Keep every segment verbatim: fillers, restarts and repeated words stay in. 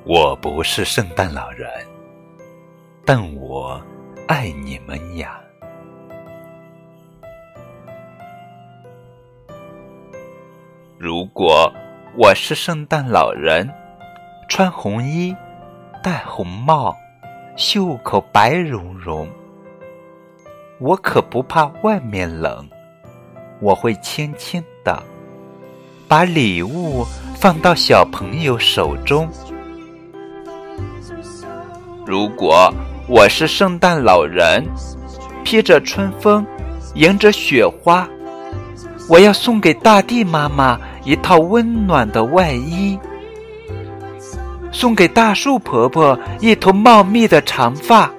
我不是圣诞老人，但我爱你们呀。如果我是圣诞老人，穿红衣，戴红帽，袖口白茸茸，我可不怕外面冷，我会轻轻地把礼物放到小朋友手中。如果我是圣诞老人，披着春风，迎着雪花，我要送给大地妈妈一套温暖的外衣，送给大树婆婆一头茂密的长发。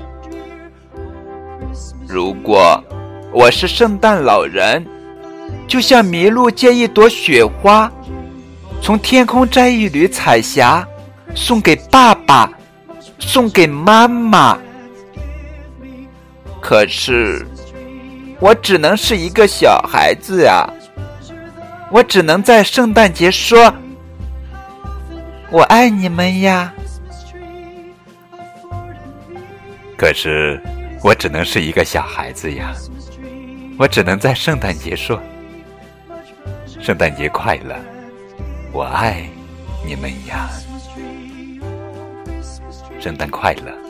如果我是圣诞老人，就像麋鹿接一朵雪花，从天空摘一缕彩霞，送给爸爸，送给妈妈。可是我只能是一个小孩子呀，我只能在圣诞节说我爱你们呀。可是我只能是一个小孩子呀，我只能在圣诞节说圣诞节快乐，我爱你们呀，圣诞快乐。